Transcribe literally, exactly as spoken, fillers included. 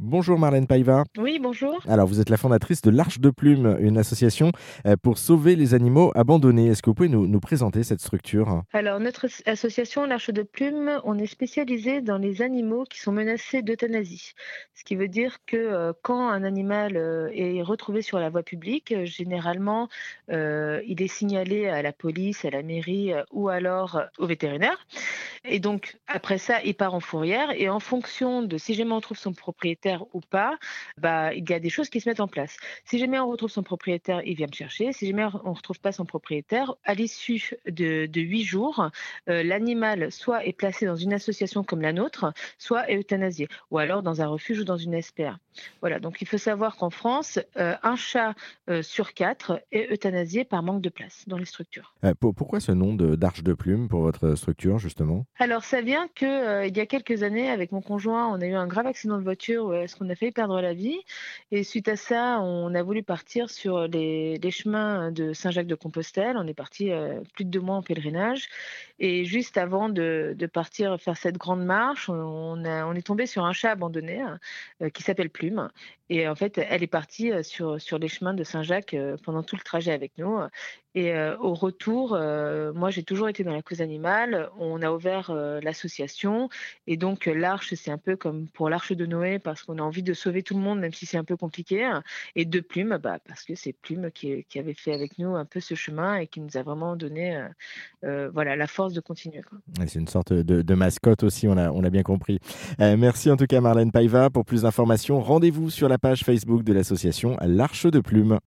Bonjour Marlène Paiva. Oui, bonjour. Alors, vous êtes la fondatrice de l'Arche de Plume, une association euh, pour sauver les animaux abandonnés. Est-ce que vous pouvez nous, nous présenter cette structure? Alors, notre as- association L'Arche de Plume, on est spécialisé dans les animaux qui sont menacés d'euthanasie. Ce qui veut dire que euh, quand un animal euh, est retrouvé sur la voie publique, euh, généralement, euh, il est signalé à la police, à la mairie euh, ou alors euh, au vétérinaire. Et donc, après ça, il part en fourrière. Et en fonction de si jamais on trouve son propriétaire ou pas, bah, il y a des choses qui se mettent en place. Si jamais on retrouve son propriétaire, il vient me chercher. Si jamais on ne retrouve pas son propriétaire, à l'issue de, de huit jours, euh, l'animal soit est placé dans une association comme la nôtre, soit est euthanasié, ou alors dans un refuge ou dans une S P A. Voilà, donc il faut savoir qu'en France, euh, un chat euh, sur quatre est euthanasié par manque de place dans les structures. Euh, pour- pourquoi ce nom de- d'Arche de Plume pour votre structure, justement? Alors ça vient que, heu, il y a quelques années avec mon conjoint, on a eu un grave accident de voiture où est-ce qu'on a failli perdre la vie et suite à ça, on a voulu partir sur les les chemins de Saint-Jacques-de-Compostelle. On est parti, heu, plus de deux mois en pèlerinage et juste avant de de partir faire cette grande marche, on a on est tombé sur un chat abandonné, heu, qui s'appelle Plume et en fait, elle est partie, heu, sur sur les chemins de Saint-Jacques, heu, pendant tout le trajet avec nous, et heu, au retour, heu, moi j'ai toujours été dans la cause animale. On a ouvert, heu, l'association et donc heu, l'Arche, c'est un peu comme pour l'Arche de Noé parce qu'on a envie de sauver tout le monde même si c'est un peu compliqué, hein. Et de Plume, bah, parce que c'est Plume qui qui avait fait avec nous un peu ce chemin et qui nous a vraiment donné, heu heu, voilà, la force de continuer, quoi. Ouais, c'est une sorte de, de mascotte aussi, on a, on a bien compris. Euh, merci en tout cas Marlène Paiva. Pour plus d'informations, rendez-vous sur la page Facebook de l'association l'Arche de Plume.